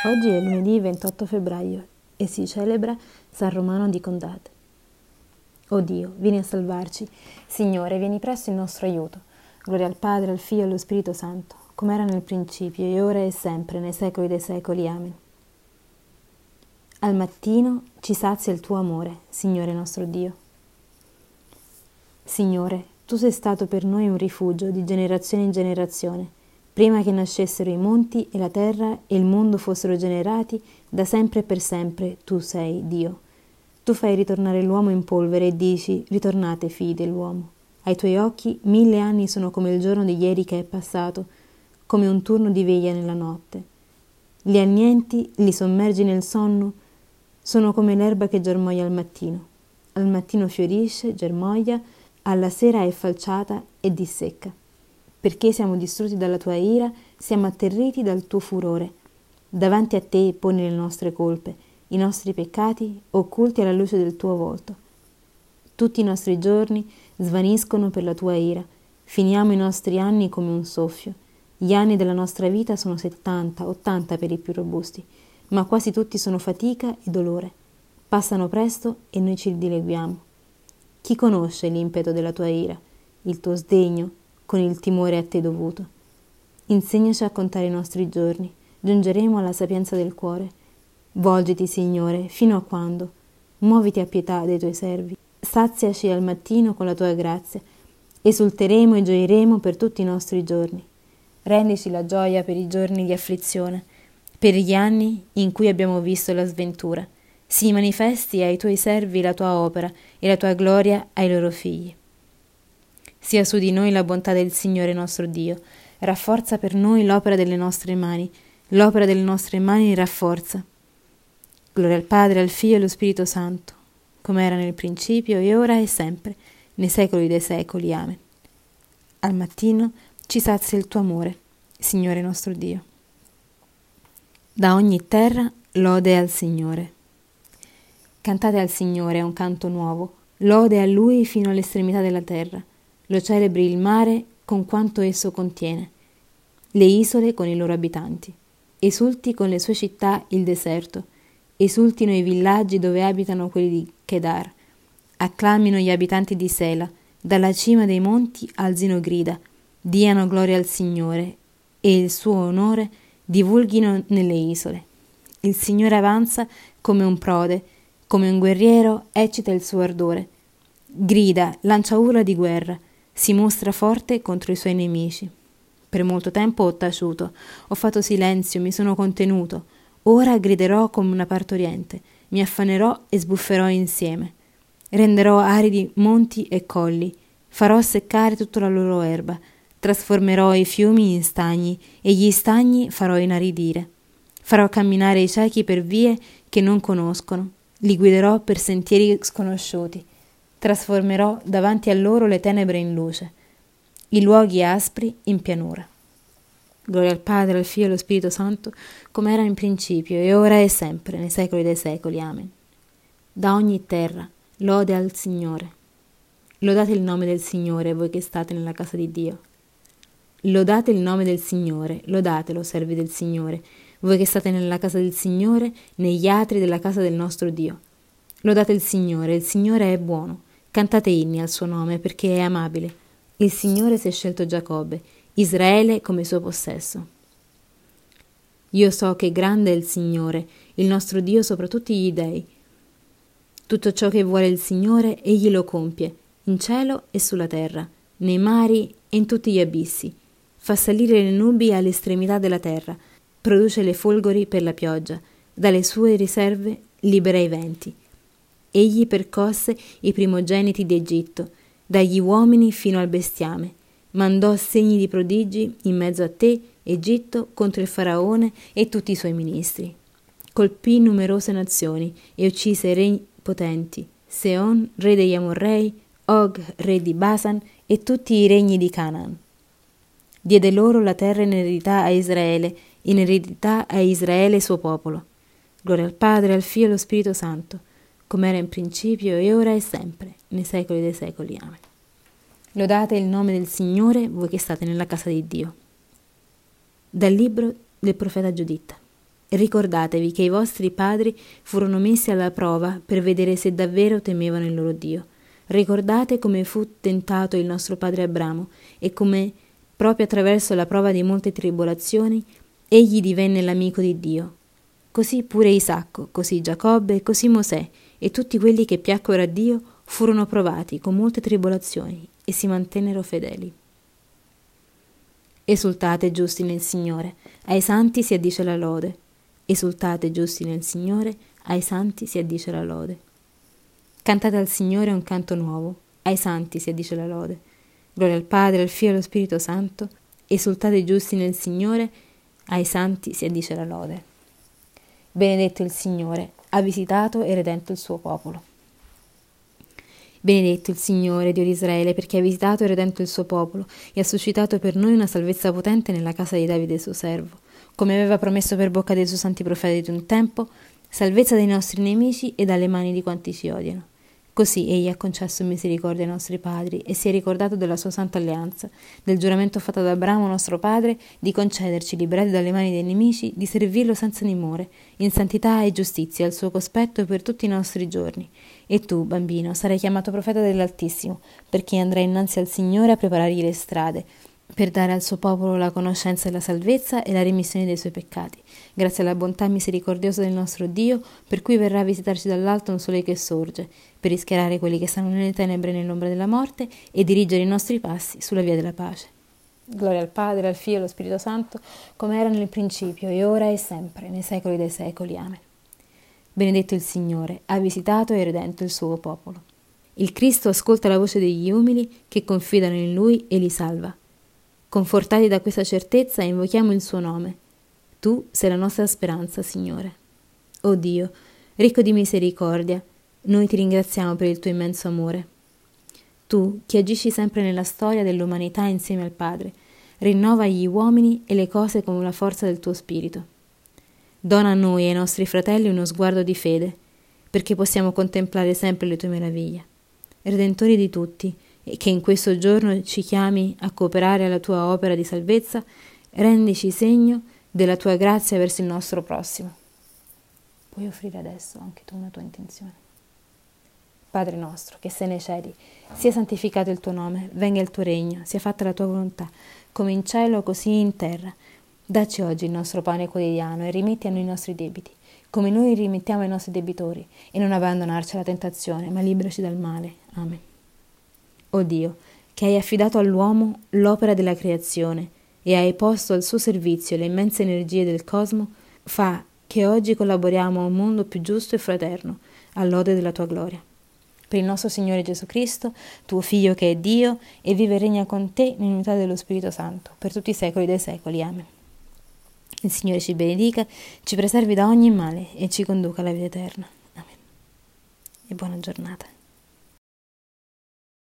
Oggi è lunedì 28 febbraio e si celebra San Romano di Condate. O Dio, vieni a salvarci. Signore, vieni presto in nostro aiuto. Gloria al Padre, al Figlio e allo Spirito Santo, come era nel principio, e ora e sempre, nei secoli dei secoli. Amen. Al mattino ci sazia il tuo amore, Signore nostro Dio. Signore, tu sei stato per noi un rifugio di generazione in generazione. Prima che nascessero i monti e la terra e il mondo fossero generati, da sempre e per sempre tu sei Dio. Tu fai ritornare l'uomo in polvere e dici: ritornate, figli dell'uomo. Ai tuoi occhi 1000 anni sono come il giorno di ieri che è passato, come un turno di veglia nella notte. Li annienti, li sommergi nel sonno, sono come l'erba che germoglia al mattino. Al mattino fiorisce, germoglia, alla sera è falciata e dissecca. Perché siamo distrutti dalla tua ira, siamo atterriti dal tuo furore. Davanti a te poni le nostre colpe, i nostri peccati occulti alla luce del tuo volto. Tutti i nostri giorni svaniscono per la tua ira, finiamo i nostri anni come un soffio. Gli anni della nostra vita sono 70, 80 per i più robusti, ma quasi tutti sono fatica e dolore. Passano presto e noi ci dileguiamo. Chi conosce l'impeto della tua ira, il tuo sdegno, con il timore a te dovuto? Insegnaci a contare i nostri giorni, giungeremo alla sapienza del cuore. Volgiti, Signore, fino a quando? Muoviti a pietà dei tuoi servi. Saziaci al mattino con la tua grazia. Esulteremo e gioiremo per tutti i nostri giorni. Rendici la gioia per i giorni di afflizione, per gli anni in cui abbiamo visto la sventura. Si manifesti ai tuoi servi la tua opera e la tua gloria ai loro figli. Sia su di noi la bontà del Signore nostro Dio, rafforza per noi l'opera delle nostre mani, l'opera delle nostre mani rafforza. Gloria al Padre, al Figlio e allo Spirito Santo, come era nel principio e ora e sempre, nei secoli dei secoli. Amen. Al mattino ci sazia il tuo amore, Signore nostro Dio. Da ogni terra lode al Signore. Cantate al Signore un canto nuovo, lode a Lui fino all'estremità della terra. Lo celebri il mare con quanto esso contiene, le isole con i loro abitanti. Esulti con le sue città il deserto, esultino i villaggi dove abitano quelli di Kedar. Acclamino gli abitanti di Sela, dalla cima dei monti alzino grida, diano gloria al Signore e il suo onore divulghino nelle isole. Il Signore avanza come un prode, come un guerriero eccita il suo ardore. Grida, lancia urla di guerra, si mostra forte contro i suoi nemici. Per molto tempo ho taciuto, ho fatto silenzio, mi sono contenuto. Ora griderò come una partoriente, mi affannerò e sbufferò insieme. Renderò aridi monti e colli, farò seccare tutta la loro erba, trasformerò i fiumi in stagni e gli stagni farò inaridire. Farò camminare i ciechi per vie che non conoscono, li guiderò per sentieri sconosciuti. Trasformerò davanti a loro le tenebre in luce, i luoghi aspri in pianura. Gloria al Padre, al Figlio e allo Spirito Santo, come era in principio, e ora e sempre, nei secoli dei secoli. Amen. Da ogni terra, lode al Signore. Lodate il nome del Signore, voi che state nella casa di Dio. Lodate il nome del Signore, lodatelo, servi del Signore, voi che state nella casa del Signore, negli atri della casa del nostro Dio. Lodate il Signore è buono. Cantate inni al suo nome, perché è amabile. Il Signore si è scelto Giacobbe, Israele come suo possesso. Io so che grande è il Signore, il nostro Dio sopra tutti gli dei. Tutto ciò che vuole il Signore, egli lo compie, in cielo e sulla terra, nei mari e in tutti gli abissi. Fa salire le nubi all'estremità della terra, produce le folgori per la pioggia, dalle sue riserve libera i venti. Egli percosse i primogeniti d'Egitto, dagli uomini fino al bestiame. Mandò segni di prodigi in mezzo a te, Egitto, contro il faraone e tutti i suoi ministri. Colpì numerose nazioni e uccise re potenti, Seon, re degli Amorrei, Og, re di Basan e tutti i regni di Canaan. Diede loro la terra in eredità a Israele suo popolo. Gloria al Padre, al Figlio e allo Spirito Santo, come era in principio e ora e sempre, nei secoli dei secoli. Amen. Lodate il nome del Signore, voi che state nella casa di Dio. Dal libro del profeta Giuditta. Ricordatevi che i vostri padri furono messi alla prova per vedere se davvero temevano il loro Dio. Ricordate come fu tentato il nostro padre Abramo e come, proprio attraverso la prova di molte tribolazioni, egli divenne l'amico di Dio. Così pure Isacco, così Giacobbe, così Mosè e tutti quelli che piacquero a Dio furono provati con molte tribolazioni e si mantennero fedeli. Esultate giusti nel Signore, ai santi si addice la lode. Esultate giusti nel Signore, ai santi si addice la lode. Cantate al Signore un canto nuovo, ai santi si addice la lode. Gloria al Padre, al Figlio e allo Spirito Santo. Esultate giusti nel Signore, ai santi si addice la lode. Benedetto il Signore, ha visitato e redento il suo popolo. Benedetto il Signore, Dio di Israele, perché ha visitato e redento il suo popolo e ha suscitato per noi una salvezza potente nella casa di Davide suo servo, come aveva promesso per bocca dei suoi santi profeti di un tempo, salvezza dai nostri nemici e dalle mani di quanti ci odiano. Così egli ha concesso misericordia ai nostri padri e si è ricordato della sua santa alleanza, del giuramento fatto ad Abramo nostro padre, di concederci, liberati dalle mani dei nemici, di servirlo senza timore, in santità e giustizia al suo cospetto per tutti i nostri giorni. E tu, bambino, sarai chiamato profeta dell'Altissimo, perché andrai innanzi al Signore a preparargli le strade, per dare al suo popolo la conoscenza della salvezza e la remissione dei suoi peccati, grazie alla bontà misericordiosa del nostro Dio, per cui verrà a visitarci dall'alto un sole che sorge, per rischiarare quelli che stanno nelle tenebre e nell'ombra della morte e dirigere i nostri passi sulla via della pace. Gloria al Padre, al Figlio e allo Spirito Santo, come era nel principio, e ora e sempre, nei secoli dei secoli. Amen. Benedetto il Signore, ha visitato e redento il suo popolo. Il Cristo ascolta la voce degli umili che confidano in Lui e li salva. Confortati da questa certezza, invochiamo il suo nome. Tu sei la nostra speranza, Signore. O Dio, ricco di misericordia, noi ti ringraziamo per il tuo immenso amore. Tu, che agisci sempre nella storia dell'umanità insieme al Padre, rinnova gli uomini e le cose con la forza del tuo Spirito. Dona a noi e ai nostri fratelli uno sguardo di fede, perché possiamo contemplare sempre le tue meraviglie. Redentori di tutti, e che in questo giorno ci chiami a cooperare alla tua opera di salvezza, rendici segno della tua grazia verso il nostro prossimo. Puoi offrire adesso anche tu una tua intenzione. Padre nostro, che sei nei cieli, sia santificato il tuo nome, venga il tuo regno, sia fatta la tua volontà, come in cielo così in terra. Dacci oggi il nostro pane quotidiano e rimetti a noi i nostri debiti, come noi rimettiamo ai nostri debitori, e non abbandonarci alla tentazione, ma liberaci dal male. Amen. O Dio, che hai affidato all'uomo l'opera della creazione e hai posto al suo servizio le immense energie del cosmo, fa che oggi collaboriamo a un mondo più giusto e fraterno, all'ode della tua gloria. Per il nostro Signore Gesù Cristo, tuo Figlio che è Dio e vive e regna con te nell'unità dello Spirito Santo, per tutti i secoli dei secoli. Amen. Il Signore ci benedica, ci preservi da ogni male e ci conduca alla vita eterna. Amen. E buona giornata.